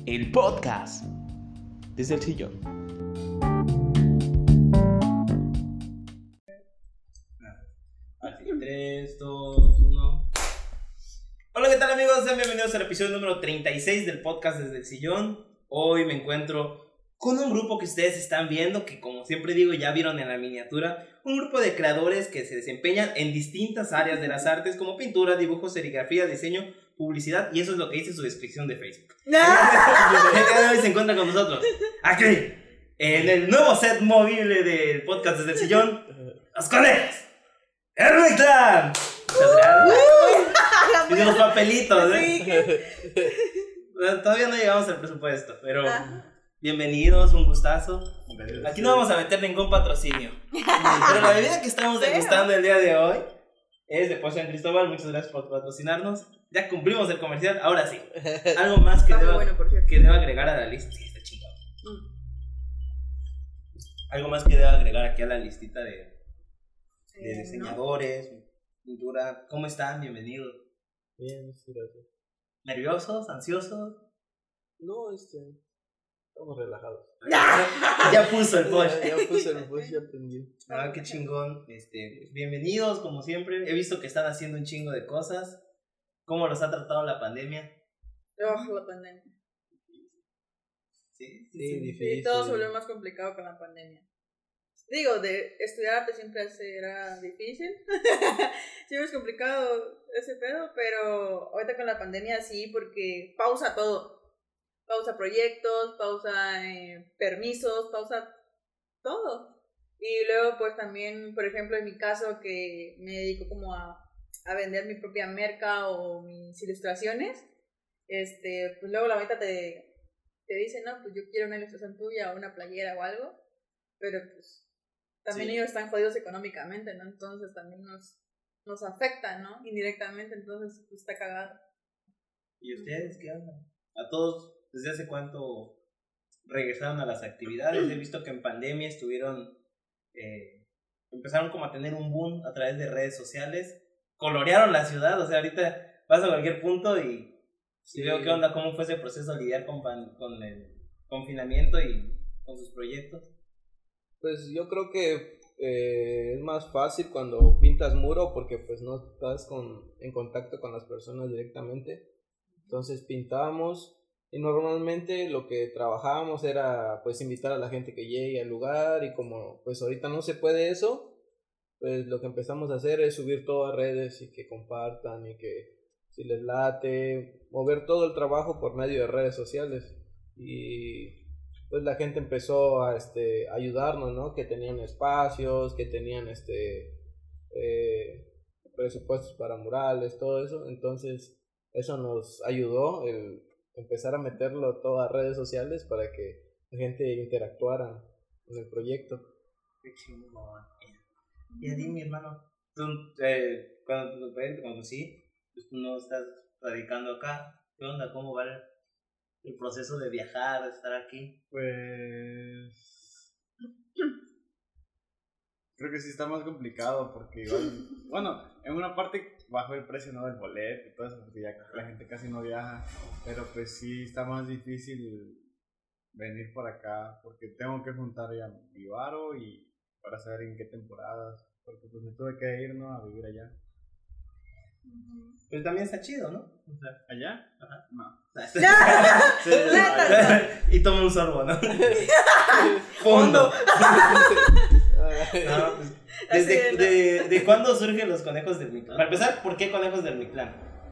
el podcast desde el sillón. Así, 3, 2, 1. Hola, ¿qué tal, amigos? Sean bienvenidos al episodio número 36 del podcast desde el sillón. Hoy me encuentro con un grupo que ustedes están viendo, que como siempre digo, ya vieron en la miniatura, un grupo de creadores que se desempeñan en distintas áreas de las artes como pintura, dibujo, serigrafía, diseño, publicidad, y eso es lo que dice su descripción de Facebook. El día de hoy se encuentra con nosotros, aquí, en el nuevo set móvil del podcast desde el sillón, los conejos, Hermiclan. Muchas gracias. Y de los papelitos, Todavía no llegamos al presupuesto, pero bienvenidos, un gustazo. Aquí no vamos a meter ningún patrocinio, pero la bebida que estamos degustando el día de hoy es de Pozo en Cristóbal. Muchas gracias por patrocinarnos. Ya cumplimos el comercial, ahora sí. Algo más que deba agregar a la lista. Sí, está chingado. Algo más que deba agregar aquí a la listita de diseñadores, pintura. ¿Cómo están? Bienvenidos. Bien, gracias. ¿Nerviosos? ¿Ansiosos? No, estamos relajados. Ya puso el push. Ya puse el push, ya aprendió. Ah, qué chingón. Bienvenidos, como siempre. He visto que están haciendo un chingo de cosas. ¿Cómo los ha tratado la pandemia? La pandemia. Sí, difícil. Sí, todo se volvió más complicado con la pandemia. Digo, de estudiar arte siempre era difícil. Siempre es complicado ese pedo, pero ahorita con la pandemia sí, porque pausa todo. Pausa proyectos, pausa permisos, pausa todo. Y luego pues también, por ejemplo, en mi caso que me dedico como a vender mi propia merca o mis ilustraciones, pues luego la meta te dice, no, pues yo quiero una ilustración tuya o una playera o algo, pero pues también ellos están jodidos económicamente, ¿no? Entonces también nos afecta, ¿no? Indirectamente, entonces pues está cagado. ¿Y ustedes qué onda? ¿A todos desde hace cuánto regresaron a las actividades? He visto que en pandemia empezaron como a tener un boom a través de redes sociales, colorearon la ciudad, o sea, ahorita vas a cualquier punto y veo qué onda, cómo fue ese proceso de lidiar con el confinamiento y con sus proyectos. Pues yo creo que es más fácil cuando pintas muro porque pues no estás en contacto con las personas directamente. Entonces pintábamos y normalmente lo que trabajábamos era pues invitar a la gente que llegue al lugar, y como pues ahorita no se puede eso, pues lo que empezamos a hacer es subir todo a redes y que compartan y que si les late, mover todo el trabajo por medio de redes sociales. Y pues la gente empezó a ayudarnos, ¿no? Que tenían espacios, que tenían presupuestos para murales, todo eso. Entonces eso nos ayudó el empezar a meterlo todo a redes sociales para que la gente interactuara con el proyecto. Qué chingón. Y a ti, mi hermano, tú cuando te conocí, pues tú no estás radicando acá. ¿Qué onda? ¿Cómo va el proceso de viajar, de estar aquí? Pues creo que sí está más complicado porque igual, bueno, en una parte bajó el precio, ¿no?, del boleto y todo eso, porque ya la gente casi no viaja, pero pues sí está más difícil venir por acá porque tengo que juntar ya mi varo y para saber en qué temporadas, porque pues me tuve que ir, ¿no?, a vivir allá. Pero también está chido, ¿no? O sea, ¿Allá? Ajá. No. Y toma un sorbo, ¿no? Fondo. No, pues, ¿de cuándo surgen los conejos del Mictlán? Para empezar, ¿por qué conejos del Mictlán?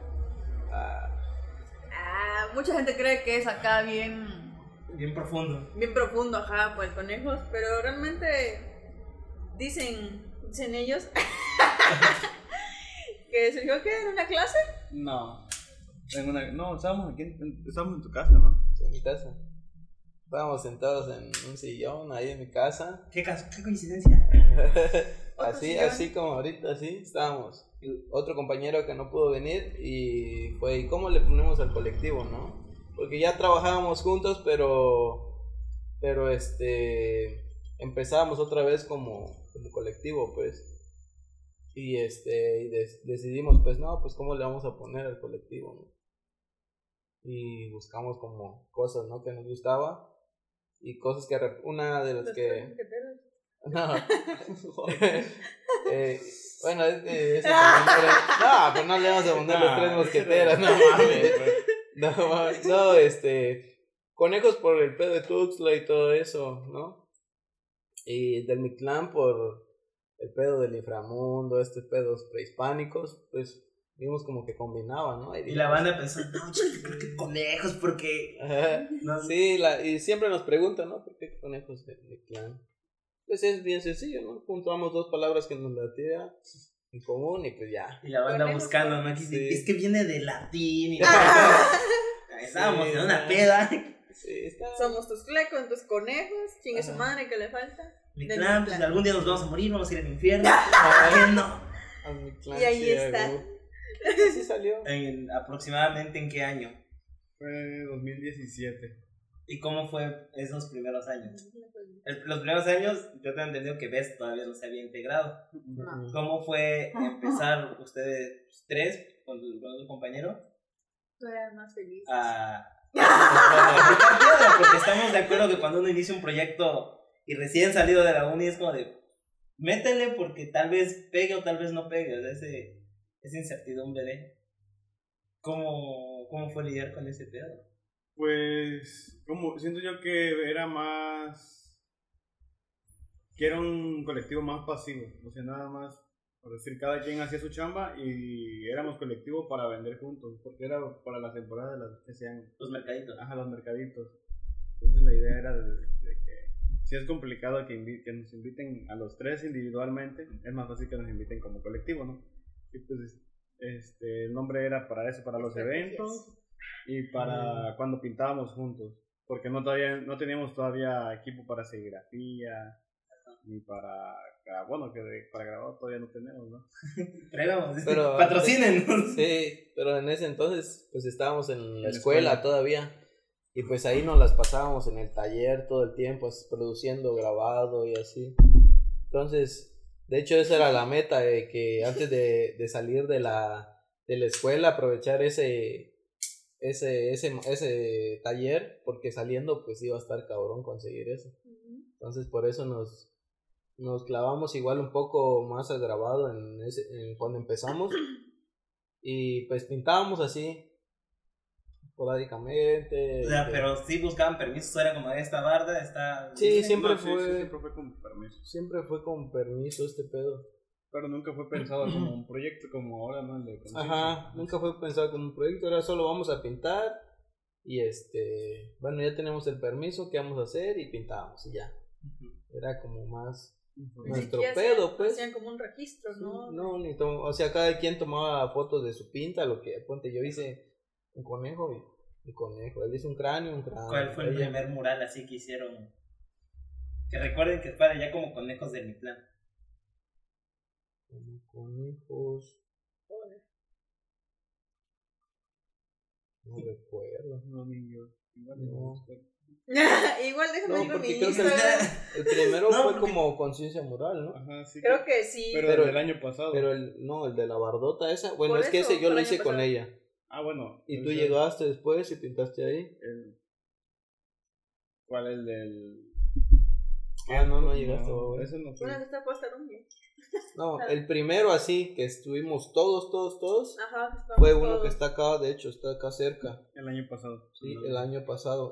Mucha gente cree que es acá bien profundo, ajá, pues conejos, pero realmente dicen ellos que surgió ¿qué? ¿En una clase? No, estábamos en tu casa, ¿no? En mi casa. Estábamos sentados en un sillón ahí en mi casa. ¿Qué coincidencia? Así como ahorita, así estábamos. Otro compañero que no pudo venir y fue, ¿y cómo le ponemos al colectivo, no? Porque ya trabajábamos juntos, pero empezábamos otra vez como colectivo, pues. Y decidimos, pues no, pues cómo le vamos a poner al colectivo, ¿no? y buscamos como cosas, ¿no? Que nos gustaba y cosas que una de las Los que tres mosqueteros. no bueno ese también no, pero no le vamos a poner los tres mosqueteros, no mames, no, conejos por el pedo de Tuxtla y todo eso, ¿no? Y del Mictlán por el pedo del inframundo, pedos prehispánicos, pues vimos como que combinaba, ¿no? Y la banda pensó, no, yo creo que conejos, porque... Ajá. No, Sí, y siempre nos preguntan, ¿no? ¿Por qué conejos de clan? Pues es bien sencillo, ¿no? Juntamos dos palabras que nos latían en común y pues ya. Y la banda Conejos, buscando, ¿no? sí. Es que viene de latín y... Estábamos Sí, en una peda. Sí, está. Somos tus clecos, tus conejos. Chingue su madre, ¿qué le falta? Mi Del clan, pues Mictlán. algún día nos vamos a morir, vamos a ir al infierno. ¿Por qué no? A Mictlán, Y ahí sí, está. güey. Sí salió. ¿Aproximadamente en qué año? Fue 2017. ¿Y cómo fue esos primeros años? Los primeros años, yo tengo entendido que Best todavía no se había integrado. No. ¿Cómo fue empezar ustedes tres con tu compañero Tú eras más feliz. a picar piedra? Porque estamos de acuerdo que cuando uno inicia un proyecto y recién salido de la uni es como de métele porque tal vez pegue o tal vez no pegue, o sea, esa incertidumbre de ¿cómo fue lidiar con ese pedo? Pues, como siento yo que era más. Que era un colectivo más pasivo. O sea, nada más, por decir, cada quien hacía su chamba y éramos colectivo para vender juntos. Porque era para las temporadas de las que sean. Los mercaditos. Ajá, los mercaditos. Entonces la idea era de que si es complicado que nos inviten a los tres individualmente, es más fácil que nos inviten como colectivo, ¿no? Y pues el nombre era para eso, para los eventos y para cuando pintábamos juntos, porque no teníamos todavía equipo para serigrafía ni para para grabar todavía no tenemos, ¿no? Pero patrocinen. Sí, pero en ese entonces pues estábamos en la la escuela escuela. todavía y pues ahí nos las pasábamos en el taller todo el tiempo, produciendo, grabado y así. Entonces, de hecho esa era la meta, de que antes de salir de la escuela aprovechar ese taller, porque saliendo pues iba a estar cabrón conseguir eso. Entonces por eso nos clavamos igual un poco más al grabado cuando empezamos y pues pintábamos así esporádicamente. O sea, pero sí buscaban permisos, era como esta barda, esta... Sí, siempre No, sí, siempre fue con permiso. Siempre fue con permiso este pedo. Pero nunca fue pensado como un proyecto como ahora, ¿no? El de conciencia. Ajá, nunca fue pensado como un proyecto, era solo vamos a pintar y bueno, ya tenemos el permiso, ¿qué vamos a hacer? Y pintábamos y ya. Era como más nuestro pedo, pues. Hacían como un registro, ¿no? No, o sea, cada quien tomaba fotos de su pinta, lo que, ponte, yo hice un conejo y un conejo, él hizo un cráneo. ¿Cuál fue el primer mural así que hicieron? Que recuerden que es para ya como conejos de Mictlán. Como conejos. No recuerdo. No, ni yo. Igual No. Igual déjame No, ir a porque mi creo que Instagram. el primero No, fue porque- como conciencia moral, ¿no? Ajá, sí. Creo que sí. Pero Pero- del año pasado. Pero el de la bardota esa, bueno, Por es que eso, ese yo fue lo el hice año con pasado. ella. Ah, bueno. Y tú ese- llegaste después y pintaste ahí. ¿Cuál? El del. Ah, no llegaste, güey. Ese no fue. Una de estas puede estar un día. No, el primero así, que estuvimos todos, Ajá. estamos fue uno todos. que está acá, de hecho, está acá cerca. El año pasado. Sí, el año pasado.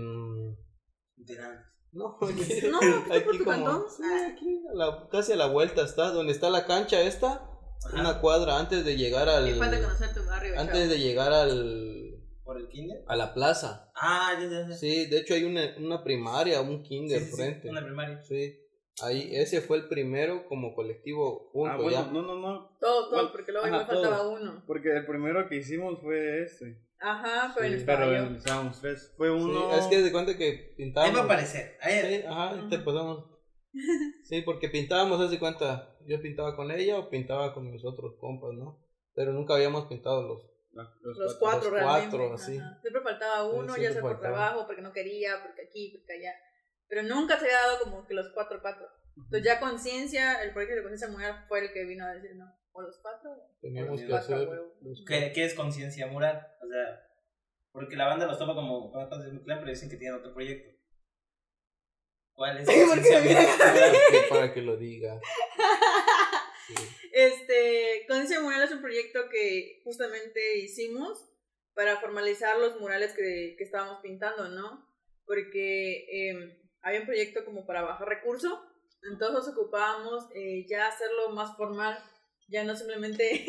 No, aquí, No, ¿qué por tu cantón? sí, aquí, casi a la vuelta está, donde está la cancha esta, una cuadra antes de llegar Me falta conocer tu barrio. antes de llegar ¿Por el kinder? a la plaza. Ah, ya. Sí, de hecho hay una primaria, un kinder Sí, frente. una primaria. Sí, ahí ese fue el primero como colectivo junto Ah, bueno, ya. no. Todos, Bueno, porque luego ajá, me faltaba todos. uno. Porque el primero que hicimos fue este. Ajá, pero Sí, él estaba Pero yo. estábamos tres. Fue Sí, uno. es que de cuenta que Ahí pintábamos. va a aparecer. Ahí, Sí, ajá, ahí te pasamos. Sí, porque pintábamos, haz de cuenta, yo pintaba con ella o pintaba con mis otros compas, ¿no? Pero nunca habíamos pintado los Los cuatro los realmente. cuatro, así. Ajá. Siempre faltaba Sí, uno, ya siempre sea por faltaba. trabajo, porque no quería, porque aquí, porque allá. Pero nunca se había dado como que los cuatro. Entonces ya Conciencia, el proyecto de Conciencia Mujer fue el que vino a decir, no, o los cuatro. teníamos Los que cuatro, hacer huevo. los ¿Qué es conciencia moral? O sea, Porque la banda los toma como una cosa muy clara, pero dicen que tienen otro proyecto. ¿Cuál es? ¿Por qué me miran para que lo diga. Sí. Conciencia Mural es un proyecto que justamente hicimos para formalizar los murales que estábamos pintando, ¿no? Porque había un proyecto como para bajar recursos, entonces nos ocupábamos ya hacerlo más formal, ya no simplemente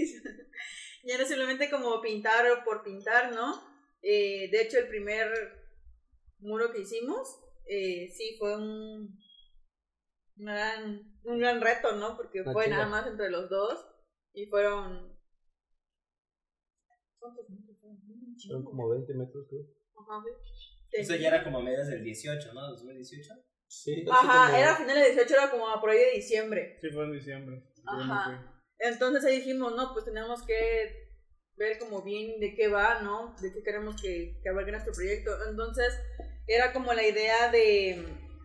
como pintar por pintar, ¿no? De hecho, el primer muro que hicimos, sí, fue un gran reto, ¿no? Porque fue nada más entre los dos y fueron... ¿Cuántos metros fueron? Fueron como 20 metros, creo. Ajá, sí. Eso ya era como a mediados del 18, ¿no? ¿2018? Sí. Ajá, como... era a finales de 18, era como por ahí de diciembre. Sí, fue en diciembre. Ajá. Entonces ahí dijimos, no, pues tenemos que ver como bien de qué va, ¿no? De qué queremos que abarque nuestro proyecto. Entonces era como la idea de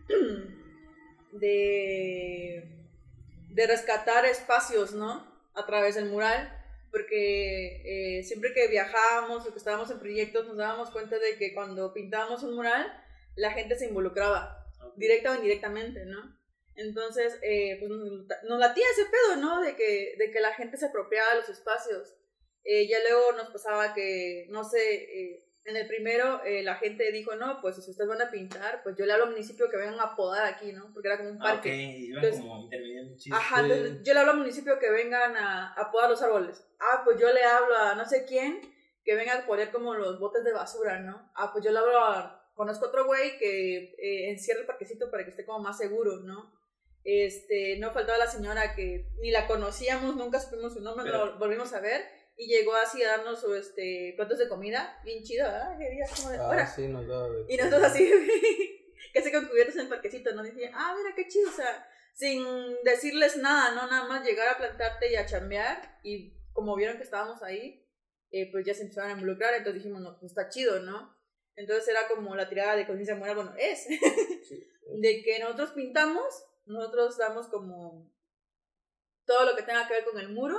rescatar espacios, ¿no? A través del mural, porque siempre que viajábamos o que estábamos en proyectos nos dábamos cuenta de que cuando pintábamos un mural la gente se involucraba, directa o indirectamente, ¿no? Entonces, pues nos latía ese pedo, ¿no? De que la gente se apropiaba de los espacios. Ya luego nos pasaba que, no sé, en el primero la gente dijo, no, pues si ustedes van a pintar, pues yo le hablo al municipio que vengan a podar aquí, ¿no? Porque era como un parque. Ok, iban entonces, como interviniendo chido. Ajá, entonces yo le hablo al municipio que vengan a podar los árboles. Ah, pues yo le hablo a no sé quién que venga a poner como los botes de basura, ¿no? Ah, pues yo le hablo conozco otro güey que encierra el parquecito para que esté como más seguro, ¿no? No faltaba la señora que ni la conocíamos, nunca supimos su nombre, no lo volvimos a ver. Y llegó así a darnos su, platos de comida, bien chido, ¿verdad? Que días como de hora. Sí, nos daba de... Y nosotros así, casi con cubiertos en el parquecito, ¿no? Decían, mira qué chido, o sea, sin decirles nada, ¿no? Nada más llegar a plantarte y a chambear. Y como vieron que estábamos ahí, pues ya se empezaron a involucrar, entonces dijimos, no, pues está chido, ¿no? Entonces era como la tirada de conciencia moral, bueno, sí. De que nosotros pintamos, nosotros damos como todo lo que tenga que ver con el muro,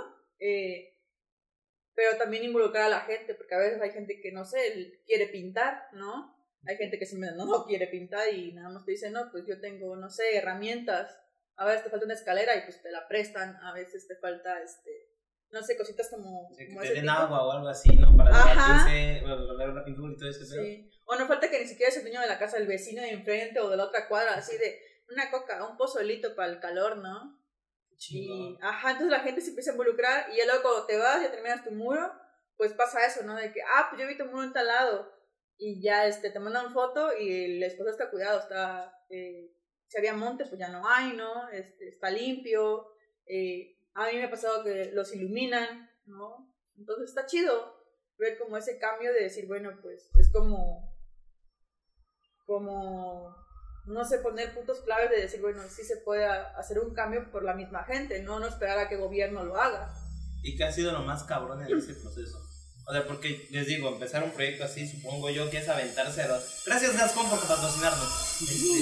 pero también involucrar a la gente, porque a veces hay gente que, no sé, quiere pintar, ¿no? Hay gente que simplemente no quiere pintar y nada más te dice, no, pues yo tengo, no sé, herramientas, a veces te falta una escalera y pues te la prestan, a veces te falta, no sé, cositas como... Sí, como que ese te den tipo. agua o algo así, ¿no? Para dar una pintura y todo ese pedo. Sí. O no falta que ni siquiera es el dueño de la casa, el vecino de enfrente o de la otra cuadra, así de una coca, un pozolito para el calor, ¿no? Chido. Entonces la gente se empieza a involucrar y ya luego cuando te vas, ya terminas tu muro, pues pasa eso, ¿no? De que, pues yo vi tu muro en tal lado y ya te mandan foto y el esposo está cuidado, está, si había monte, pues ya no hay, ¿no? Está limpio, a mí me ha pasado que los iluminan, ¿no? Entonces está chido ver como ese cambio de decir, bueno, pues es como no sé, poner puntos claves de decir, bueno, sí se puede hacer un cambio por la misma gente, no esperar a que el gobierno lo haga. ¿Y qué ha sido lo más cabrón en ese proceso? O sea, porque les digo, empezar un proyecto así, supongo yo que es aventarse a los... Gracias Gascom por patrocinarnos.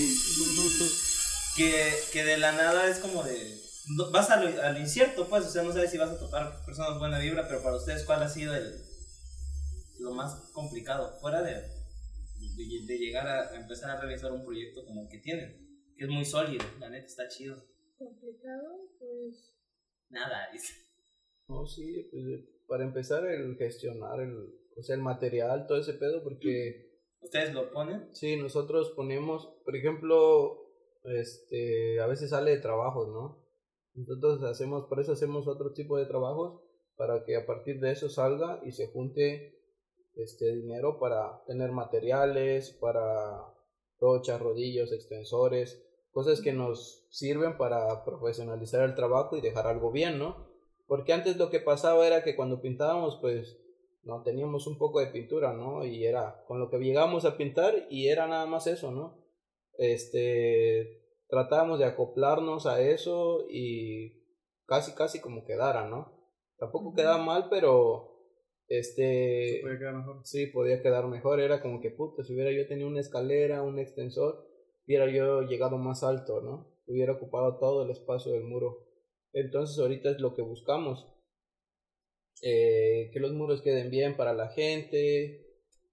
Que de la nada es como de... Vas a lo incierto, pues, o sea, no sabes si vas a topar personas buena vibra, pero para ustedes, ¿cuál ha sido lo más complicado? Fuera de llegar a empezar a realizar un proyecto como el que tienen, que es muy sólido, la neta está chido. ¿Complicado? Pues... Nada, dice. No, sí, pues para empezar el gestionar el material, todo ese pedo, porque... ¿Ustedes lo ponen? Sí, nosotros ponemos, por ejemplo, a veces sale de trabajos, ¿no? Nosotros por eso hacemos otro tipo de trabajos, para que a partir de eso salga y se junte dinero para tener materiales, para brochas, rodillos, extensores, cosas que nos sirven para profesionalizar el trabajo y dejar algo bien, ¿no? Porque antes lo que pasaba era que cuando pintábamos, pues no teníamos un poco de pintura, ¿no? Y era con lo que llegábamos a pintar y era nada más eso, ¿no? Tratábamos de acoplarnos a eso y casi como quedara, ¿no? Tampoco quedaba mal, pero Se puede quedar mejor. Sí, podía quedar mejor. Era como que, puta, si hubiera yo tenido una escalera, un extensor, hubiera yo llegado más alto, ¿no? Hubiera ocupado todo el espacio del muro. Entonces ahorita es lo que buscamos, que los muros queden bien para la gente,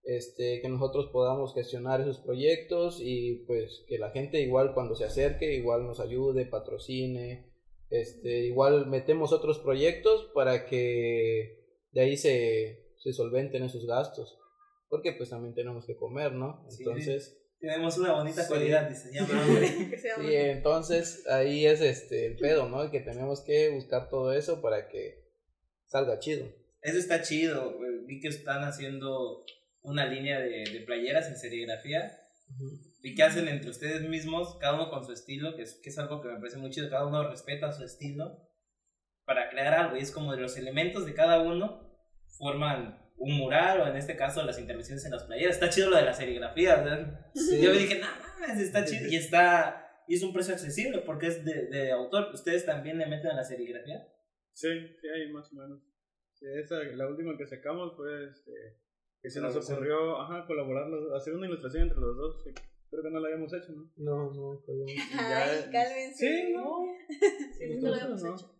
que nosotros podamos gestionar esos proyectos y pues que la gente igual cuando se acerque igual nos ayude, patrocine, igual metemos otros proyectos para que de ahí se solventen esos gastos, porque pues también tenemos que comer, ¿no? Entonces... Tenemos una bonita cualidad, dice. Sí, entonces ahí es el pedo, ¿no? Que tenemos que buscar todo eso para que salga chido. Eso está chido. Vi que están haciendo una línea de playeras en serigrafía. Y que hacen entre ustedes mismos, cada uno con su estilo, que es algo que me parece muy chido. Cada uno respeta su estilo para crear algo. Y es como de los elementos de cada uno forman un mural, o en este caso las intervenciones en las playeras. Está chido lo de la serigrafía, ¿verdad? Sí. Yo me dije, está chido. Y es un precio accesible porque es de autor. ¿Ustedes también le meten a la serigrafía? Sí, hay más o menos. Sí, la última que sacamos fue que se nos ocurrió colaborar, hacer una ilustración entre los dos. Sí. Creo que no la habíamos hecho, ¿no? No. Ay, cálmense. Sí, no. Sí, no lo habíamos hecho.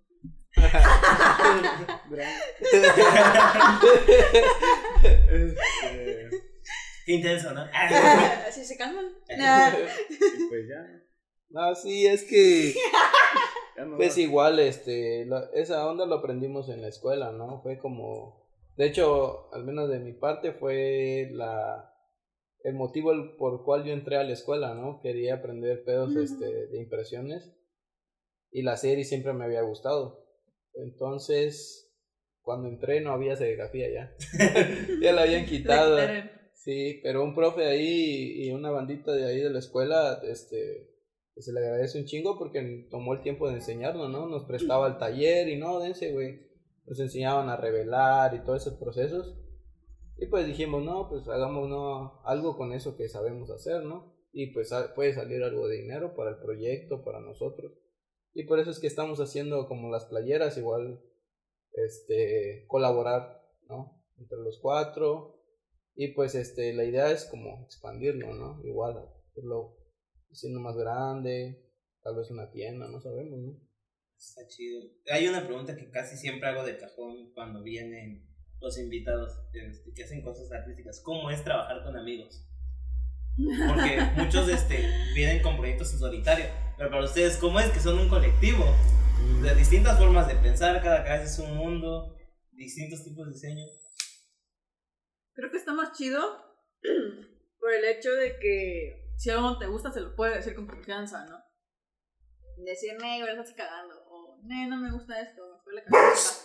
Qué intenso, ¿no? Así se calman. Y pues ya. No, sí, es que no pues igual esa onda lo aprendimos en la escuela, ¿no? Fue como, de hecho, al menos de mi parte fue el motivo por el cual yo entré a la escuela, ¿no? Quería aprender pedos de impresiones y la serie siempre me había gustado. Entonces, cuando entré no había serigrafía ya. Ya la habían quitado. Sí, pero un profe ahí y una bandita de ahí de la escuela, se le agradece un chingo porque tomó el tiempo de enseñarnos, ¿no? Nos prestaba el taller y no, dense, güey. Nos enseñaban a revelar y todos esos procesos. Y pues dijimos, no, pues hagamos algo con eso que sabemos hacer, ¿no? Y pues puede salir algo de dinero para el proyecto, para nosotros. Y por eso es que estamos haciendo como las playeras, igual, colaborar, ¿no? Entre los 4. Y pues, la idea es como expandirlo, ¿no? Igual, hacerlo haciendo más grande, tal vez una tienda, no sabemos, ¿no? Está chido. Hay una pregunta que casi siempre hago de cajón cuando vienen los invitados que hacen cosas artísticas. ¿Cómo es trabajar con amigos? Porque muchos vienen con proyectos en solitario, pero para ustedes, ¿cómo es que son un colectivo? De distintas formas de pensar, cada cabeza es un mundo, distintos tipos de diseño. Creo que está más chido por el hecho de que si algo no te gusta, se lo puede decir con confianza, ¿no? Decir, güey, estás cagando, o no me gusta esto, me fue la cabeza.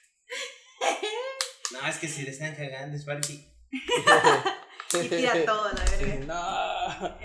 No, es que si le están cagando es para ti. Y tira todo, la verga. No.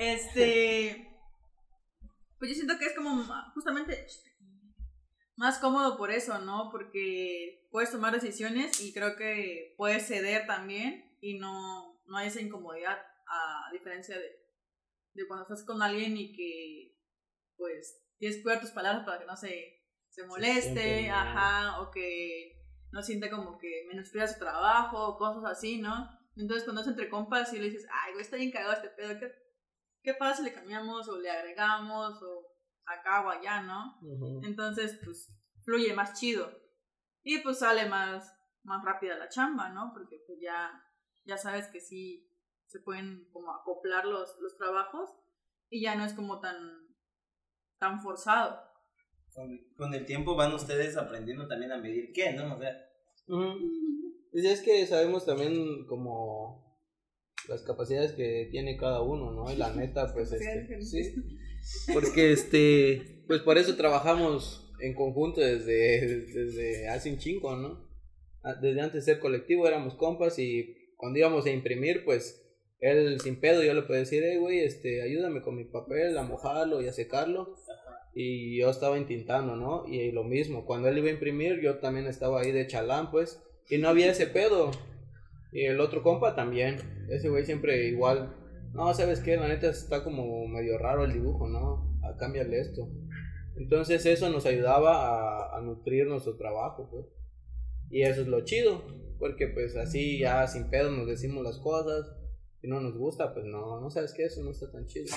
Pues yo siento que es como justamente más cómodo por eso, ¿no? Porque puedes tomar decisiones y creo que puedes ceder también y no hay esa incomodidad, a diferencia de cuando estás con alguien y que pues tienes que cuidar tus palabras para que no se moleste, o que no sienta como que menosprecia su trabajo o cosas así, ¿no? Entonces cuando es entre compas y le dices, ay, güey, está bien cagado este pedo, ¿qué pasa si le cambiamos o le agregamos o acá o allá, ¿no? Entonces pues fluye más chido y pues sale más rápida la chamba, ¿no? Porque pues ya sabes que sí se pueden como acoplar los trabajos y ya no es como tan forzado. Con el tiempo van ustedes aprendiendo también a medir qué, ¿no? O sea, pues es que sabemos también como las capacidades que tiene cada uno, ¿no? Y la neta, pues sí. Porque pues por eso trabajamos en conjunto desde hace un chingo, ¿no? Desde antes de ser colectivo éramos compas y cuando íbamos a imprimir, pues él sin pedo yo le podía decir, güey, ayúdame con mi papel a mojarlo y a secarlo. Y yo estaba intentando, ¿no? Y lo mismo, cuando él iba a imprimir, yo también estaba ahí de chalán, pues, y no había ese pedo. Y el otro compa también, ese güey siempre igual, no, ¿sabes qué? La neta está como medio raro el dibujo, ¿no? A cambiarle esto. Entonces eso nos ayudaba a nutrir nuestro trabajo, pues. Y eso es lo chido, porque pues así ya sin pedo nos decimos las cosas. Si no nos gusta, pues no, ¿sabes qué? Eso no está tan chido.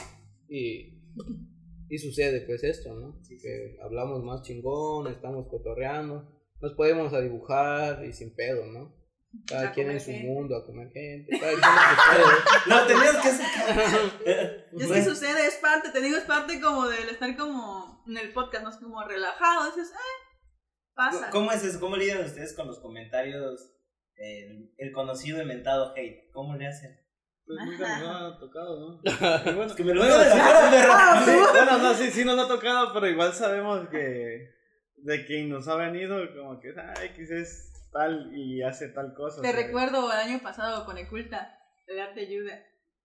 Y sucede pues esto, ¿no? Que hablamos más chingón, estamos cotorreando, nos podemos a dibujar y sin pedo, ¿no? Cada A quien en comer su gente. mundo, a comer gente. Cada quien en su pedo. Lo tenías que sacar. Y es que sucede, es parte, te digo, es parte como del estar como en el podcast, no es como relajado, dices, pasa. ¿Cómo es eso? ¿Cómo lidian ustedes con los comentarios? El conocido inventado hate. ¿Cómo le hacen? Pues nunca nos ha tocado, ¿no? Y bueno, Es que me lo digo de la cara, perro. sí, bueno, no, sí nos ha tocado, pero igual sabemos que de quien nos ha venido, como que X es tal y hace tal cosa. Te o sea, recuerdo el año pasado con Eculta, el arte ayuda.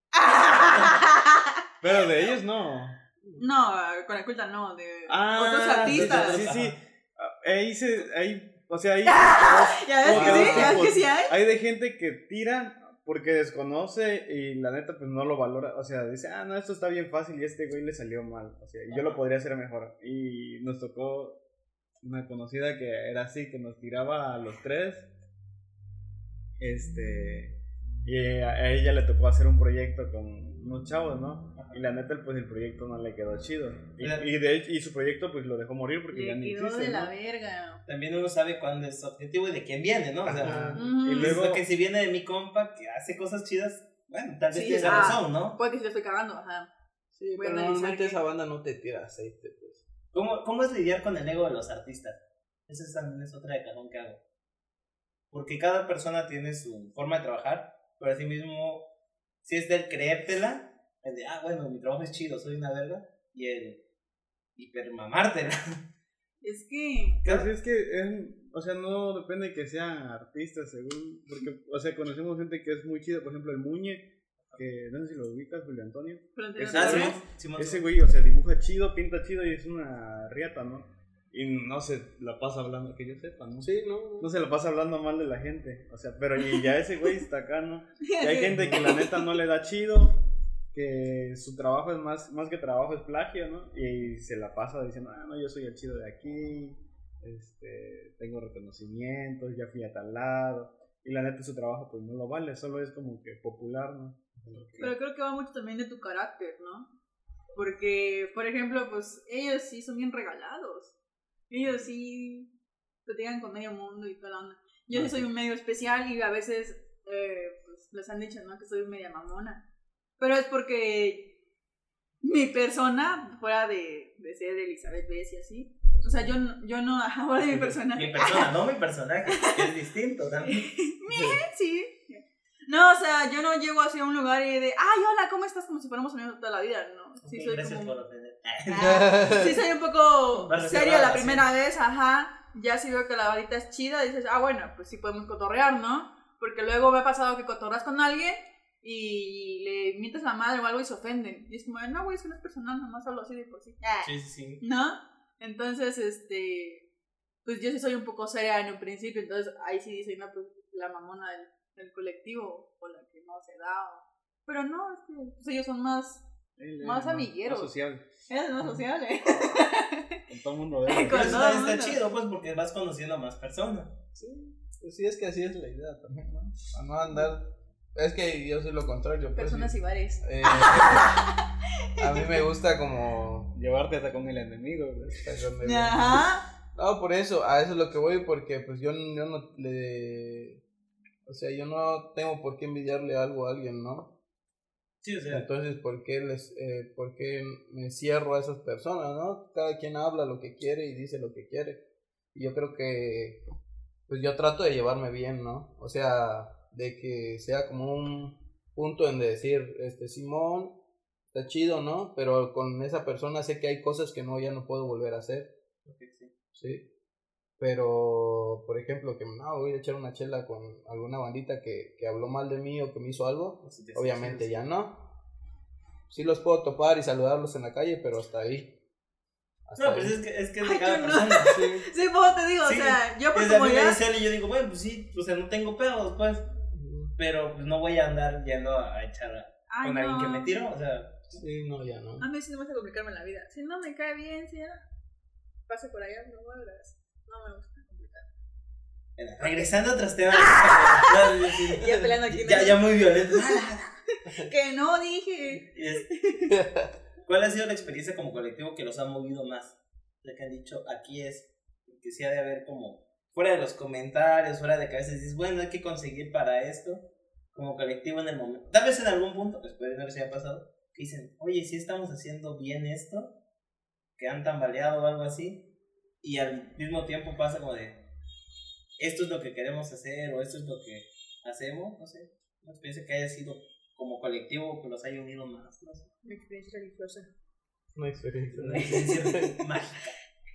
Pero de ellos no. No, con Eculta no, de otros artistas. Sí. Ahí, o sea, ahí. Ya ves como que dos sí, ya ves tipos. que sí hay. Hay de gente que tira porque desconoce y la neta pues no lo valora, o sea, dice, no, esto está bien fácil y a este güey le salió mal, o sea, y yo lo podría hacer mejor. Y nos tocó una conocida que era así, que nos tiraba a los tres, y a ella le tocó hacer un proyecto con unos chavos, ¿no? Y la neta pues el proyecto no le quedó chido. Y su proyecto pues lo dejó morir porque ya Le ni quedó existe, de ¿no? la verga. También uno sabe cuándo es objetivo y de quién viene, ¿no? O sea, Ajá. Ujú. Y luego lo que si viene de mi compa que hace cosas chidas, bueno, tal vez Sí, tiene razón, ¿no? Puede que si le estoy cagando, ajá. Sí, Voy a pero analizar normalmente qué- esa banda no te tira aceite, pues. ¿Cómo es lidiar con el ego de los artistas? Esa también es otra de cajón que hago. Porque cada persona tiene su forma de trabajar, pero así mismo, si es del creértela, el de, bueno, mi trabajo es chido, soy una verga, y el hipermamártela. Es que. Pues es que, o sea, no depende de que sean artistas, según, porque, o sea, conocemos gente que es muy chida, por ejemplo, el Muñe, que no sé si lo ubicas, Julio Antonio. Fronteras Ah, Libres. Simón. Ese güey, o sea, dibuja chido, pinta chido y es una riata, ¿no? Y no se la pasa hablando, que yo sepa, ¿no? Sí, no. No se la pasa hablando mal de la gente, o sea, pero y ya ese güey está acá, ¿no? Y hay gente que la neta no le da chido, que su trabajo es más que trabajo, es plagio, ¿no? Y se la pasa diciendo, no, yo soy el chido de aquí, tengo reconocimientos, ya fui a tal lado. Y la neta su trabajo pues no lo vale, solo es como que popular, ¿no? Pero creo que va mucho también de tu carácter, ¿no? Porque, por ejemplo, pues ellos sí son bien regalados. Ellos sí te llegan con medio mundo y toda la onda. Yo sí soy un medio especial y a veces pues les han dicho, ¿no? Que soy media mamona. Pero es porque mi persona, fuera de ser Elizabeth Bess y así, o sea, yo no, ahora de mi personaje. Mi persona, no mi personaje, que es distinto también. Sí. No, o sea, yo no llego así a un lugar y de, hola, ¿cómo estás? Como si fuéramos amigos toda la vida, ¿no? Sí, Ok, soy gracias como... por ofender. Sí, soy un poco Más seria reservada, la primera vez, ajá. Ya si veo que la varita es chida, dices, bueno, pues sí podemos cotorrear, ¿no? Porque luego me ha pasado que cotorras con alguien y le mientes la madre o algo y se ofenden. Y es como, no, güey, es que no es personal, nomás hablo así de por sí. Sí. ¿No? Entonces, pues yo sí soy un poco seria en un principio, entonces ahí sí dicen, no, pues la mamona del colectivo o la que no se da. Pero no, es que pues, ellos son más amigueros. Más social. Es más social, ¿eh? Con todo el mundo. Con Pero eso todo el está mundo. chido, pues, porque vas conociendo a más personas. Sí, pues sí, es que así es la idea también, ¿no? A no andar. Es que yo soy lo contrario. Pues, Personas y bares. A mí me gusta como. Llevarte hasta con el enemigo, ¿ves? Ajá. No, por eso, a eso es lo que voy, porque pues yo no le. O sea, yo no tengo por qué envidiarle algo a alguien, ¿no? Sí, o sea. Entonces, ¿por qué me cierro a esas personas, no? Cada quien habla lo que quiere y dice lo que quiere. Y yo creo que, pues yo trato de llevarme bien, ¿no? O sea, de que sea como un punto en decir, Simón, está chido, ¿no? Pero con esa persona sé que hay cosas que ya no puedo volver a hacer. Sí. Pero, por ejemplo, que voy a echar una chela con alguna bandita que habló mal de mí o que me hizo algo, obviamente ya no. Sí los puedo topar y saludarlos en la calle, pero hasta ahí. No, pues es que es de Ay, cada yo no. persona. Sí. Sí, pues te digo, Sí, o sea, yo por Desde a mí me comodidad. dice él y yo digo, bueno, pues sí, o sea, no tengo pedos, pues. Pero pues no voy a andar yendo a echar con alguien que me tiro, o sea. Sí, no, ya no. A mí sí me gusta complicarme la vida. Si no me cae bien, si ya pase por allá, no vuelvas. No me gusta complicar. Regresando a otros temas. Ya peleando aquí. Ya muy violento. Que no dije. ¿Cuál ha sido la experiencia como colectivo que los ha movido más? O sea, que han dicho, aquí es, que sí ha de haber como fuera de los comentarios, fuera de que a veces dices, bueno, hay que conseguir para esto, como colectivo en el momento. Tal vez en algún punto, espero no les haya pasado, que dicen, oye, si estamos haciendo bien esto, que han tambaleado o algo así, y al mismo tiempo pasa como de, esto es lo que queremos hacer, o esto es lo que hacemos, no sé, una experiencia que haya sido como colectivo, que los haya unido más, no sé. Una experiencia religiosa. Una experiencia. Una experiencia mágica.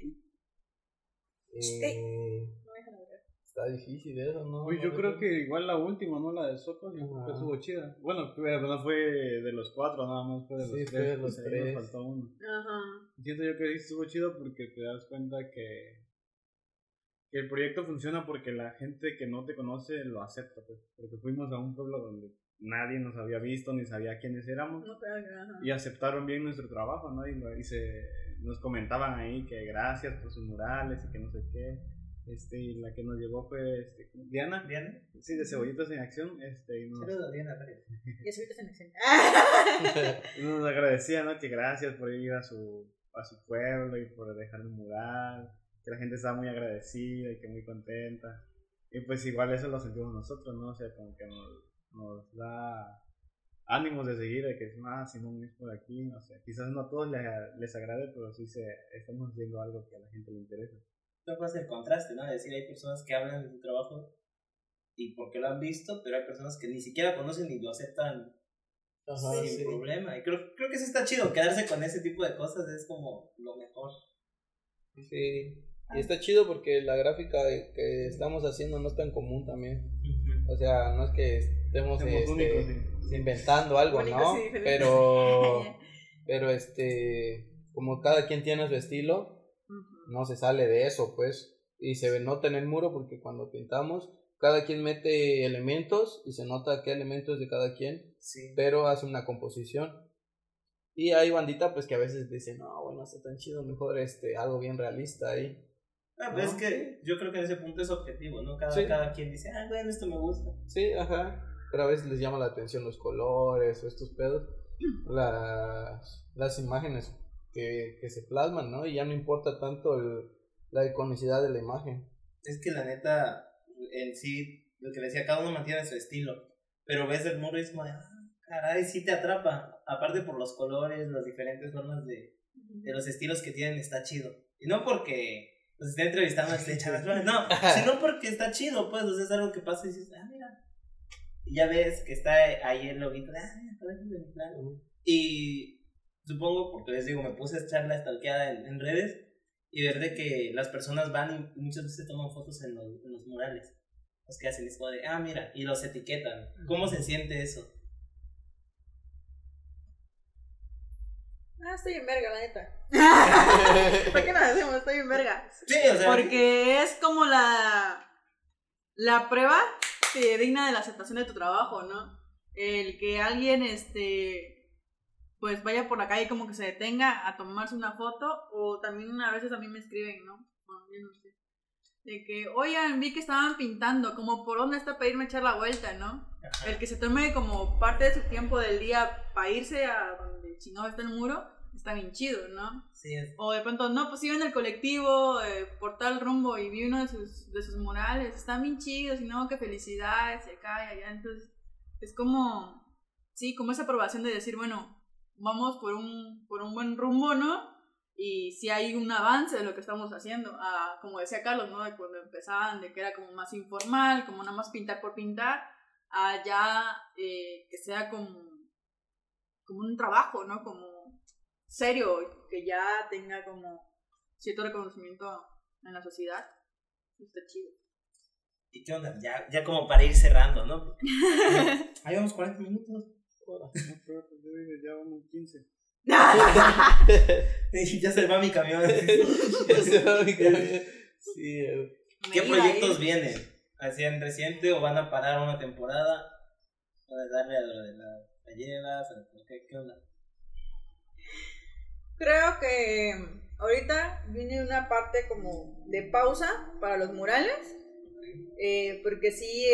No dejan hablar. Está difícil eso, ¿no? Pues yo creo que igual la última, ¿no? La de Soto, Ajá. que estuvo chida. Bueno, pero no fue de los 4, nada más fue de los Sí, 3. fue de los pues ahí 3. nos faltó uno. Ajá. Siento yo que sí estuvo chido porque te das cuenta que el proyecto funciona porque la gente que no te conoce lo acepta, pues. Porque fuimos a un pueblo donde nadie nos había visto ni sabía quiénes éramos. No pega, ajá. Y aceptaron bien nuestro trabajo, ¿no? Y nos comentaban ahí que gracias por sus murales y que no sé qué. Y la que nos llevó fue Diana. ¿Diana? Sí, de Cebollitas en Acción. Y nos, Saludos, Diana Pérez. Y eso ahorita se me acción. nos agradecía, ¿no? Que gracias por ir a su pueblo y por dejar el mural. Que la gente estaba muy agradecida y que muy contenta. Y pues igual eso lo sentimos nosotros, ¿no? O sea, como que nos da ánimos de seguir, de que Simón es por aquí, no sé. Quizás no a todos les agrade, pero sí estamos haciendo algo que a la gente le interesa. No pasa el contraste, ¿no? Es decir, hay personas que hablan de su trabajo y porque lo han visto, pero hay personas que ni siquiera conocen ni lo aceptan Ajá, sin sí. problema. Y creo que eso está chido, quedarse con ese tipo de cosas es como lo mejor. Sí. Y está chido porque la gráfica que estamos haciendo no es tan común también. O sea, no es que estemos Somos únicos, sí. inventando algo, Únicos ¿no? y diferentes. Pero como cada quien tiene su estilo, no se sale de eso, pues. Y se nota en el muro porque cuando pintamos, cada quien mete elementos y se nota qué elementos de cada quien, Sí. pero hace una composición. Y hay bandita pues que a veces dicen, no, bueno, está tan chido, mejor algo bien realista ahí. Pero ¿No? es que yo creo que en ese punto es objetivo, ¿no? Sí. Cada quien dice, bueno, esto me gusta. Sí, ajá. Pero a veces les llama la atención los colores o estos pedos, las imágenes que se plasman, ¿no? Y ya no importa tanto la iconicidad de la imagen. Es que la neta, en sí, lo que le decía, cada uno mantiene su estilo. Pero ves el muro y es como, caray, sí te atrapa. Aparte por los colores, las diferentes formas de los estilos que tienen, está chido. Y no porque nos esté entrevistando a este chaval, no, sino porque está chido, pues, o sea, es algo que pasa y dices, mira. Y ya ves que está ahí el loguito de, mira, por ejemplo, mi plan. Y supongo, porque les digo, me puse a echar la stalkeada en redes y ver de que las personas van y muchas veces toman fotos en los murales. Los que hacen es como de, mira, y los etiquetan. ¿Cómo se siente eso? Estoy en verga, la neta. ¿Por qué nos hacemos? Estoy en verga. Sí, o sea. Porque es como la prueba digna de la aceptación de tu trabajo, ¿no? El que alguien, pues vaya por la calle como que se detenga a tomarse una foto, o también a veces a mí me escriben, ¿no? Bueno, yo no sé. De que, oigan, vi que estaban pintando, como por dónde está para irme a echar la vuelta, ¿no? Ajá. El que se tome como parte de su tiempo del día para irse a donde chingado está el muro, está bien chido, ¿no? Sí es. O de pronto, no, pues iba en el colectivo por tal rumbo y vi uno de sus murales, están bien chidos, y no, qué felicidad, se cae allá, entonces es como, sí, como esa aprobación de decir, bueno, vamos por un buen rumbo, ¿no? Y si hay un avance de lo que estamos haciendo, como decía Carlos, ¿no? De cuando empezaban, de que era como más informal, como nada más pintar por pintar, a ya que sea como un trabajo, ¿no? Como serio, que ya tenga como cierto reconocimiento en la sociedad. Está chido. ¿Y qué onda? Ya como para ir cerrando, ¿no? Ahí vamos 40 minutos. Ya vamos 15. Ya se va mi camión. Ya se va mi camión. Sí, ¿Qué proyectos vienen? ¿Así en reciente o van a parar una temporada? ¿Para darle a lo de las galletas? ¿Qué onda? Creo que ahorita viene una parte como de pausa para los murales, porque sí,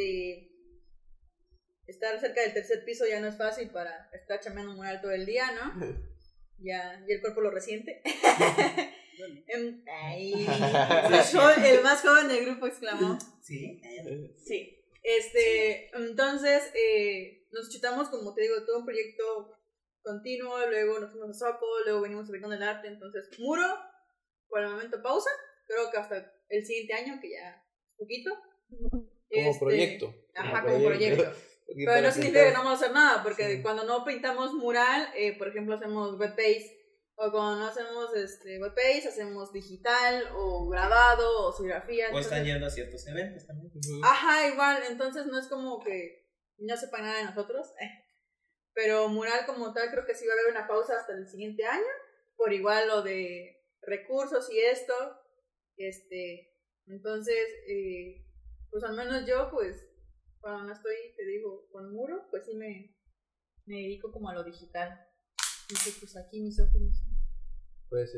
estar cerca del tercer piso ya no es fácil para estar chameando un mural todo el día, ¿no? Ya el cuerpo lo resiente. Ay, el más joven del grupo exclamó. Sí. Sí. Entonces, nos chutamos, como te digo, todo un proyecto continuo, luego nos fuimos a Soco, luego venimos a Rincón del Arte, entonces, muro, por el momento pausa, creo que hasta el siguiente año, que ya poquito. Como proyecto. Ajá, como proyecto. Pero no significa que no vamos a hacer nada, porque Sí. cuando no pintamos mural, por ejemplo, hacemos webpage, o cuando no hacemos webpage, hacemos digital, o grabado, o serigrafía. O están yendo a ciertos eventos también. Ajá, igual, entonces no es como que no sepan nada de nosotros, pero mural como tal creo que sí va a haber una pausa hasta el siguiente año, por igual lo de recursos y esto, entonces, pues al menos yo, pues, cuando no estoy, te digo, con muro, pues sí me dedico como a lo digital, y pues aquí mis ojos. Pues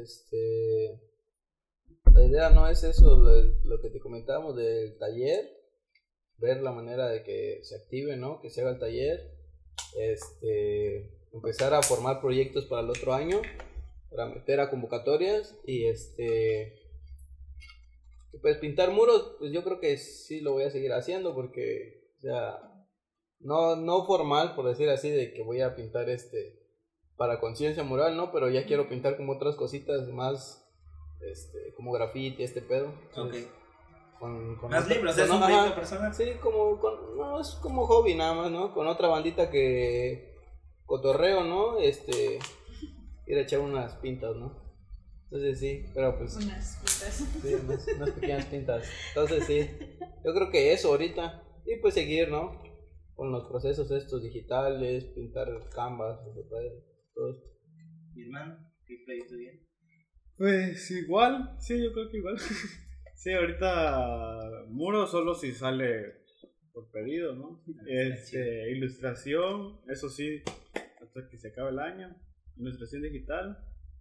la idea no es eso, lo que te comentábamos del taller, ver la manera de que se active, ¿no? Que se haga el taller, empezar a formar proyectos para el otro año, para meter a convocatorias y pues pintar muros, pues yo creo que sí lo voy a seguir haciendo porque, o sea, no formal, por decir así, de que voy a pintar para conciencia mural, ¿no? Pero ya quiero pintar como otras cositas más, como graffiti, pedo. Entonces, con Más otra- libros, es con- un ajá, proyecto personal. Sí, no, es como hobby nada más, ¿no? Con otra bandita que cotorreo, ¿no? Ir a echar unas pintas, ¿no? Entonces sí, pero pues Unas pintas. sí, unas pequeñas pintas. Entonces sí, yo creo que eso ahorita. Y pues seguir, ¿no? Con los procesos estos digitales, pintar canvas, todo esto. Mi hermano, ¿qué proyecto bien? Pues igual, sí, yo creo que igual. Sí, ahorita muro solo si sale por pedido, ¿no? Ilustración, eso sí, hasta que se acabe el año. Ilustración digital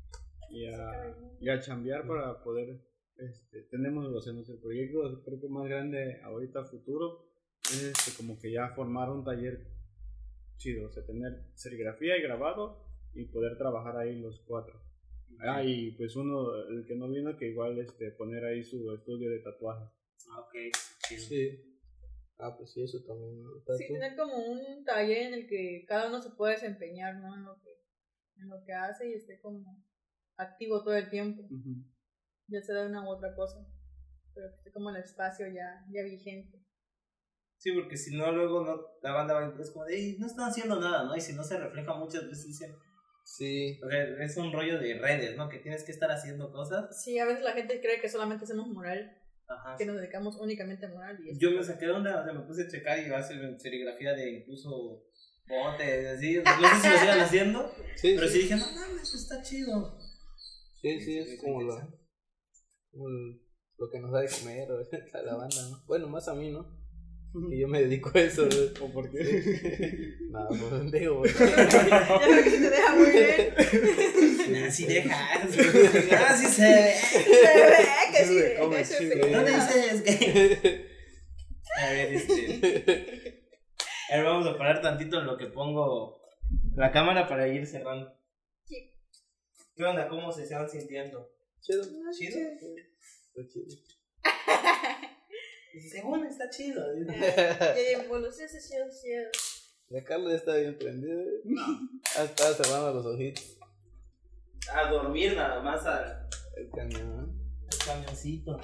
y a chambear para poder, tenemos nuestro proyecto, creo que más grande ahorita a futuro, es como que ya formar un taller chido, o sea, tener serigrafía y grabado y poder trabajar ahí los 4. Ah, y pues el que no vino, que igual poner ahí su estudio de tatuaje. Ah, ok, chido. Sí. Ah, pues sí, eso también. ¿No? Sí, tener como un taller en el que cada uno se puede desempeñar, ¿no? En lo que hace y esté como activo todo el tiempo, Uh-huh. ya sea de una u otra cosa, pero que esté como el espacio ya vigente. Sí, porque si no, luego la banda va a es como de, "Ey, no están haciendo nada", ¿no? Y si no se refleja muchas veces, dicen, Sí. o sea, es un rollo de redes, ¿no? Que tienes que estar haciendo cosas. Sí, a veces la gente cree que solamente hacemos mural, Ajá. que nos dedicamos únicamente a mural. Y Yo me saqué de onda, o sea, me puse a checar y hacer serigrafía de incluso botes, así. No sé si lo sigan haciendo, Sí, pero sí dije, no mames, está chido. Sí, es como lo que nos da de comer o a la banda, ¿no? Bueno, más a mí, ¿no? Y yo me dedico a eso, ¿no? ¿O por qué? Nada, pues digo, güey. ya veo que se te deja muy bien. Así dejas. Así se ve. Se ve que sí, Se come eso chido. sí. ¿Dónde dices que? A ver, A ver, vamos a parar tantito en lo que pongo la cámara para ir cerrando. Sí. ¿Qué onda? ¿Cómo se van sintiendo? Chido. ¿Chido? Está chido. Y según está chido. Ya llevo sí. La Carla está bien prendida. Estaba cerrando los ojitos. A dormir nada más El camión. al camioncito.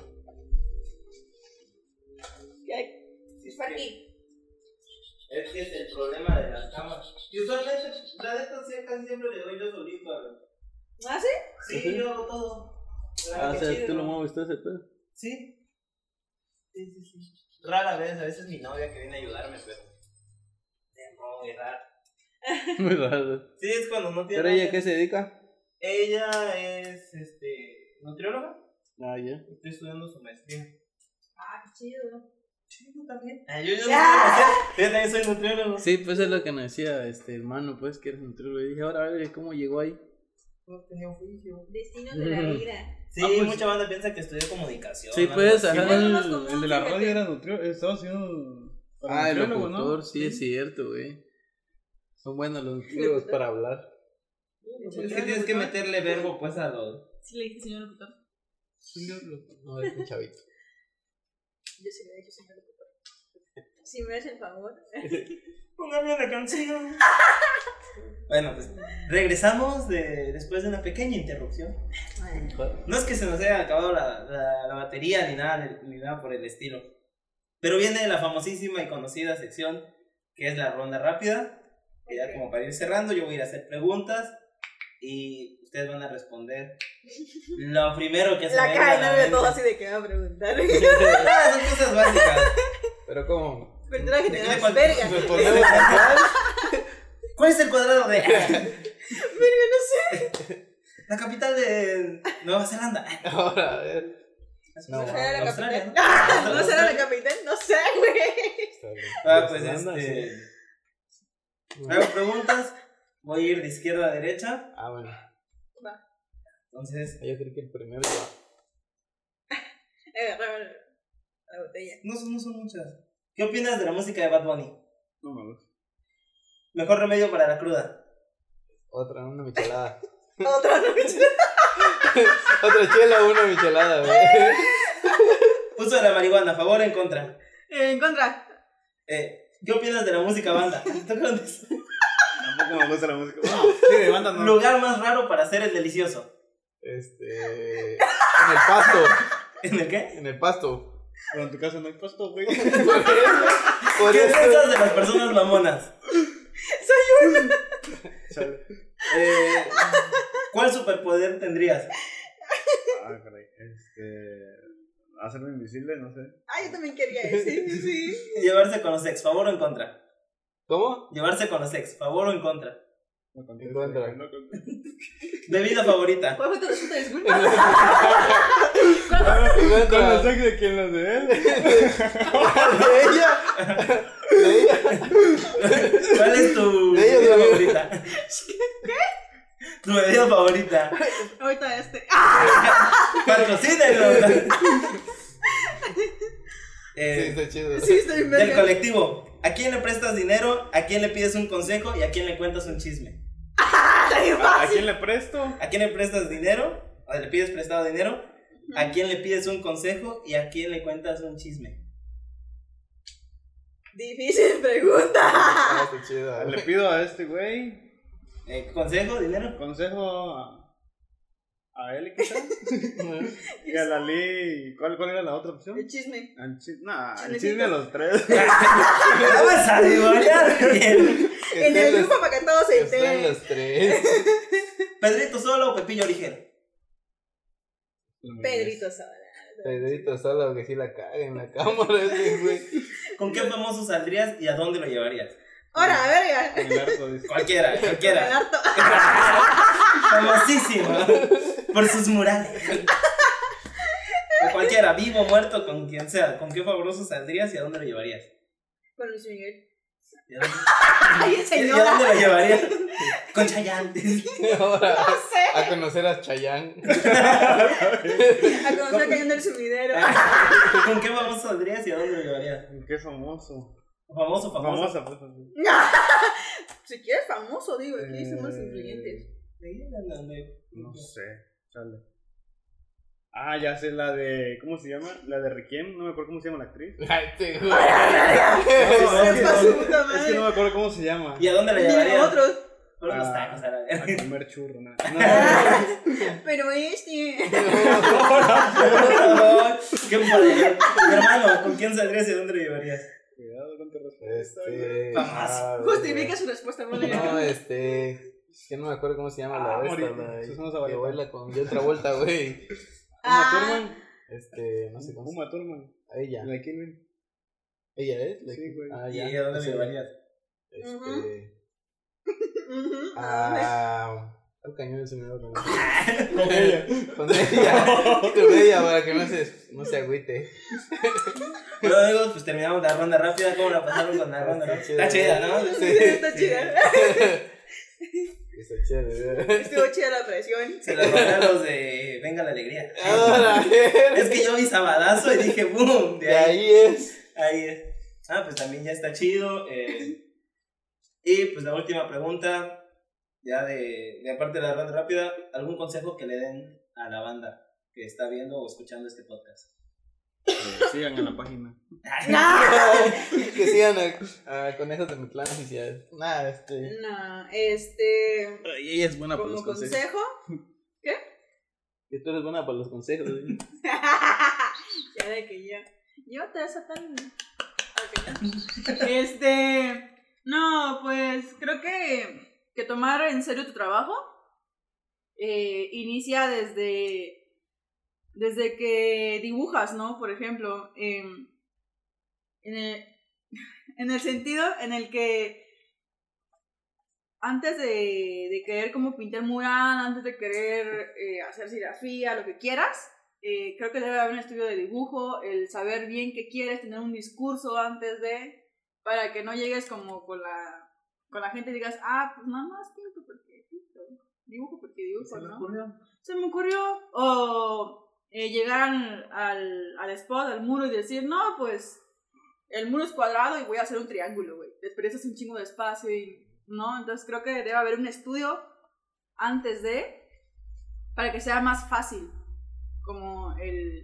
Es aquí. Es que es el problema de las cámaras. Y usualmente, la de estas casi siempre le doy yo solito a la... ¿Ah, sí? Sí, yo hago todo. Ah, o Qué sea, chido, tú lo ¿no? mueves todo ese pedo. Sí. Sí. Rara vez, a veces mi novia que viene a ayudarme, pero... Es muy raro. Muy raro. Sí, es cuando no tiene... ¿Pero ella nada. qué se dedica? Ella es, nutrióloga. Ah, ya. Estoy estudiando su maestría. Ah, qué chido. Sí, yo también. Yo no sé yo también soy nutriólogo. Sí, pues es lo que nos decía hermano, pues que eres nutriólogo. Y dije, ahora a ver cómo llegó ahí. No tenía oficio. Destinos de la vida. Sí, pues- mucha banda piensa que estudié comunicación. Sí, algo pues, así. ajá. Es lo más común, El de la fíjate. radio era nutriólogo, estaba haciendo... Ah, el nutriólogo, locutor, sí, es cierto, güey. Son buenos los nutriólogos para hablar. Es que tienes que meterle verbo, pues, a los... Sí, le dije señor locutor. No, es un chavito. Yo sí le he dicho, señor locutor. Si me hace el favor. Póngame una canción. Bueno, pues regresamos después de una pequeña interrupción. No es que se nos haya acabado la batería ni nada por el estilo. Pero viene la famosísima y conocida sección que es la ronda rápida. Que ya como para ir cerrando, yo voy a ir a hacer preguntas y ustedes van a responder lo primero que se La venga cara a de la novio mente. todo así de que va a preguntar. Son cosas básicas. Pero ¿cómo? Cultura general, ¿Cuál- verga. ¿Respondemos igual? ¿Cuál es el cuadrado de Verga, no sé. la capital de Nueva Zelanda? Ahora, a ver. No No, será la Australia, capital. ¿no? Ah, ¿no será la capital? No sé, güey. Pues Anda, hago preguntas. Voy a ir de izquierda a derecha. Ah, bueno. Entonces, Yo creo que el primero va. Agarraba la botella. no son muchas. ¿Qué opinas de la música de Bad Bunny? No me gusta. Mejor remedio para la cruda. Otra, una michelada. Otra noche. Otra chela o una michelada, güey. Uso de la marihuana, ¿a favor o en contra? En contra. ¿Qué opinas de la música banda? ¿Te acuerdas? Tampoco me gusta la música. Bueno, sí, de banda no. Lugar más raro para hacer el delicioso. En el pasto. ¿En el qué? En el pasto. Pero en tu casa no hay pasto, güey. Por ¿Qué eso. piensas de las personas mamonas? Chale. ¿Cuál superpoder tendrías? Ah, caray. Hacerlo invisible, no sé. Ah, yo también quería decir, sí. Llevarse con los ex, ¿favor o en contra? ¿Cómo? Llevarse con los ex, ¿favor o en contra? No contesto, Encuentra. güey, no contesto. Bebida favorita. ¿Cuál fue tu resulta? Disculpa. ¿Con los ex de quién? ¿Los de él? De ella. De ella. ¿Cuál es tu De ellos, bebida de- favorita? Tu bebida favorita. Ahorita Patrocínenlo. Sí, está chido. Sí, estoy en Del verga. colectivo. ¿A quién le prestas dinero? ¿A quién le pides un consejo? ¿Y a quién le cuentas un chisme? ¿A quién le presto? ¿A quién le prestas dinero? ¿O le pides prestado dinero? ¿A quién le pides un consejo? ¿Y a quién le cuentas un chisme? Difícil pregunta. Ah, está chido. Le pido a este güey ¿Consejo? ¿Dinero? consejo a él, quizás. Y a la Lee. ¿Cuál era la otra opción? El chisme. Al nah, el Chismecito. chisme a los tres. Ya vas a divorciar bien. En el grupo para que todos se Están enteren. los tres. ¿Pedrito solo o Pepillo ligero? Pedrito Sola. Pedrito solo que sí la caga en la cámara ese güey. ¿Con qué famoso saldrías y a dónde lo llevarías? Ahora, verga. El harto, dice. Cualquiera. El harto. Famosísimo. Por sus murales. O cualquiera, vivo, muerto, con quien sea. ¿Con qué famoso saldrías y a dónde lo llevarías? Con Luis Miguel. ¿Y a dónde, Ay, y a señora. dónde lo llevarías? Con Chayanne. Ahora No sé. a conocer a Chayanne. A conocer a Cañón del Sumidero. ¿Con qué famoso saldrías y a dónde lo llevarías? Qué famoso. Famoso. Famosa, pues. así. Si quieres famoso, digo, aquí somos influyentes. No sé, chale. Ah, ya sé la de. ¿Cómo se llama? La de Requiem. No me acuerdo cómo se llama la actriz. Ay, este güey. No, es, que Pa' su no, puta es que no me acuerdo cómo se llama. ¿Y a dónde lo Dime llevarías? otros. Por unos tacos a la A verga. comer churro, nada. Pero este. ¿Qué poder? Hermano, ¿con quién saldrías y a dónde lo llevarías? Cuidado con tu respuesta, güey. Famoso. Justifica su respuesta, mole. No, que no me acuerdo cómo se llama la de esta, Morita. la Susana que Zabaleta. baila con John Travolta, güey. Uma Thurman. No sé cómo se Uma Thurman. llama. Ella. La de Kilvin. ¿Ella es? Sí, güey. Ah, ¿Y ya. a dónde lo Sí. llevarías? Ujú. Al cañón se me va Con ella. Con ella, para que no se agüite. Bueno, amigos, pues terminamos la ronda rápida. ¿Cómo la pasaron con la ronda rápida? Está chida, ¿no? Sí. Está chida. Está chévere. Estuvo chida la presión. Se los mandé a los de Venga la Alegría. Ahora, Es que yo vi Sabadazo y dije, ¡boom! de ahí es. Ahí es. Ah, pues también ya está chido. Y pues la última pregunta, ya de aparte de la ronda rápida, ¿algún consejo que le den a la banda que está viendo o escuchando este podcast. Sigan en la página. Que sigan a Conejos de Mitlán oficial. Nada, No, Ella es buena para como los consejos. consejo. ¿Qué? que tú eres buena para los consejos. ¿Sí? Ya de que yo te eso tan. No, pues creo que tomar en serio tu trabajo inicia desde que dibujas, ¿no? Por ejemplo, en el sentido en el que antes de querer como pintar mural, antes de querer hacer serigrafía, lo que quieras, creo que debe haber un estudio de dibujo, el saber bien qué quieres, tener un discurso antes para que no llegues como con la gente y digas, pues nada más pinto porque pinto, dibujo porque dibujo, ¿no? Se me ocurrió. O llegar al spot, al muro y decir, no, pues el muro es cuadrado y voy a hacer un triángulo, güey. Desperdicias un chingo de espacio ¿no? Entonces creo que debe haber un estudio antes para que sea más fácil, como el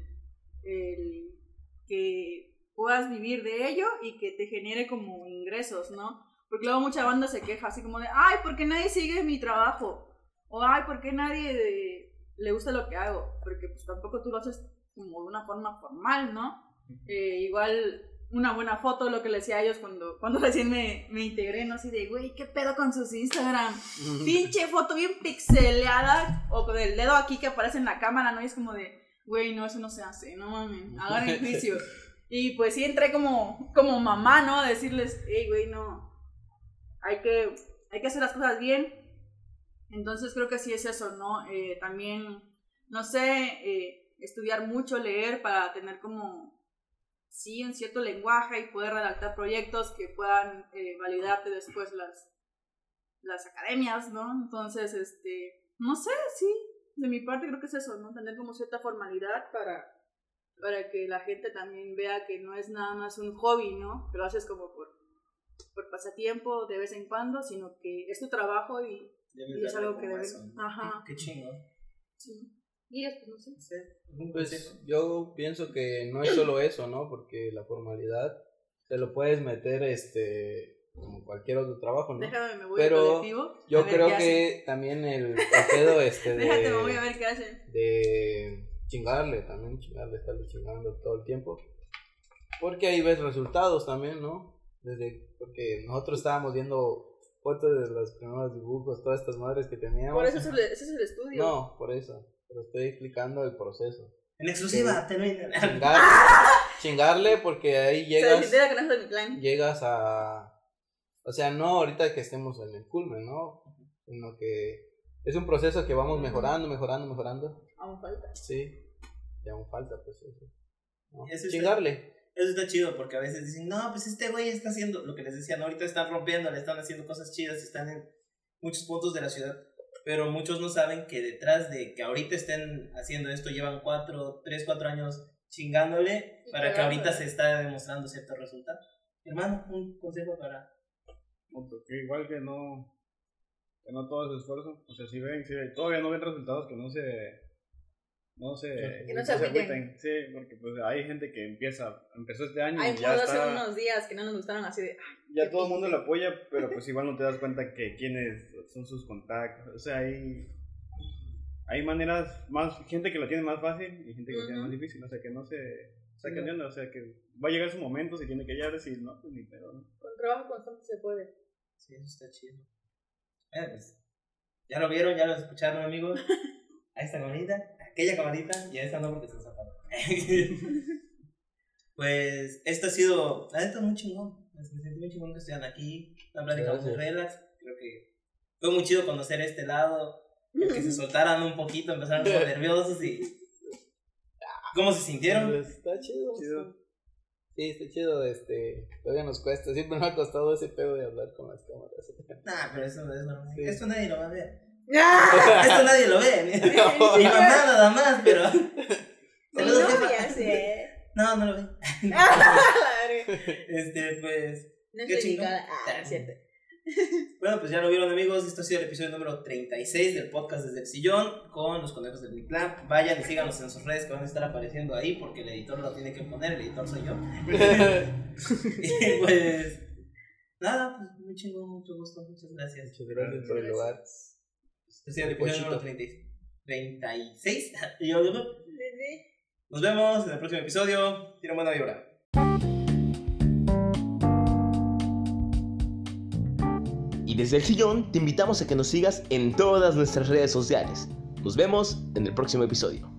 que puedas vivir de ello y que te genere como ingresos, ¿no? Porque luego mucha banda se queja así como de, ay, ¿por qué nadie sigue mi trabajo? O ay, ¿por qué nadie le gusta lo que hago? Porque pues tampoco tú lo haces como de una forma formal, ¿no? Igual una buena foto, lo que le decía a ellos cuando recién me integré, ¿no? Así de, güey, ¿qué pedo con sus Instagram? Pinche foto bien pixeleada o con el dedo aquí que aparece en la cámara, ¿no? Y es como de, güey, no, eso no se hace, no mames, hagan el juicio. Y pues sí entré como mamá, ¿no? A decirles, hey, güey, no, hay que hacer las cosas bien. Entonces creo que sí es eso, ¿no? También, no sé, estudiar mucho, leer para tener como, sí, un cierto lenguaje y poder redactar proyectos que puedan validarte después las academias, ¿no? Entonces, no sé, sí, de mi parte creo que es eso, ¿no? Tener como cierta formalidad para que la gente también vea que no es nada más un hobby, ¿no? Que lo haces como por pasatiempo de vez en cuando, sino que es tu trabajo y es algo que debes. Ajá. Qué chingo. Sí. Y pues no sé. Pues yo pienso que no es solo eso, ¿no? Porque la formalidad te lo puedes meter como cualquier otro trabajo, ¿no? Déjame, me voy pero al colectivo. Yo creo que también el pedo Déjate, me voy a ver qué hacen. De chingarle, estarle chingando todo el tiempo. Porque ahí ves resultados también, ¿no? Porque nosotros estábamos viendo fotos de los primeros dibujos, todas estas madres que teníamos. Por eso ese es el estudio. No, por eso. Pero estoy explicando el proceso. En exclusiva, te lo chingarle porque ahí llegas. Se que no es mi plan. Llegas a. O sea, no ahorita que estemos en el culmen, ¿no? Sino que es un proceso que vamos mejorando. Aún falta. Sí, y aún falta, pues eso. ¿No? Chingarle. Eso está chido porque a veces dicen, no, pues este güey está haciendo lo que les decía, ¿no? Ahorita están rompiendo, le están haciendo cosas chidas, están en muchos puntos de la ciudad. Pero muchos no saben que detrás de que ahorita estén haciendo esto llevan 4 años chingándole para que ahorita se está demostrando ciertos resultados. Hermano, un consejo para... Que igual que no todo es esfuerzo. O sea, si todavía no ven resultados, que no se agüiten. Sí, porque pues hay gente que empezó este año y ya hace unos días que no nos gustaron así de... ya todo el mundo lo apoya, pero pues igual no te das cuenta que quiénes son sus contactos. O sea, hay maneras más, gente que lo tiene más fácil y gente que lo tiene más difícil. O sea, que no se sacan de onda. O sea, que va a llegar su momento, se tiene que ya decir, no, pues ni pedo, ¿no? Con trabajo constante se puede. Sí, eso está chido. Pues, ya lo vieron, ya lo escucharon, amigos. Ahí está camarita, aquella camarita, y a esta no porque se zapata. Pues esto ha sido, la neta, muy chingón. Me sentí muy chingón que estuvieran aquí, una plática muy relax. Creo que fue muy chido conocer este lado, que se soltaran un poquito, empezaron como nerviosos y... ¿Cómo se sintieron? Pues está chido. Sí, está chido, todavía nos cuesta, siempre me ha costado ese pedo de hablar con las cámaras. Nah, pero eso no es normal. Sí. Esto nadie lo va a ver. Esto nadie lo ve. Mi mamá nada más, pero... Saludos, jefa. No lo ve. Pues... No qué chingón. cierto. Bueno, pues ya lo vieron, amigos. Esto ha sido el episodio número 36 del podcast Desde el Sillón con los conejos del Mictlán. Vayan y síganos en sus redes que van a estar apareciendo ahí porque el editor lo tiene que poner. El editor soy yo. Y pues nada, pues muy chingón, mucho gusto. Muchas gracias. Muchas gracias por el lugar. Este ha sido el episodio número 36. Y yo, Desde- nos vemos en el próximo episodio. Tienen buena vibra. Y desde el sillón te invitamos a que nos sigas en todas nuestras redes sociales. Nos vemos en el próximo episodio.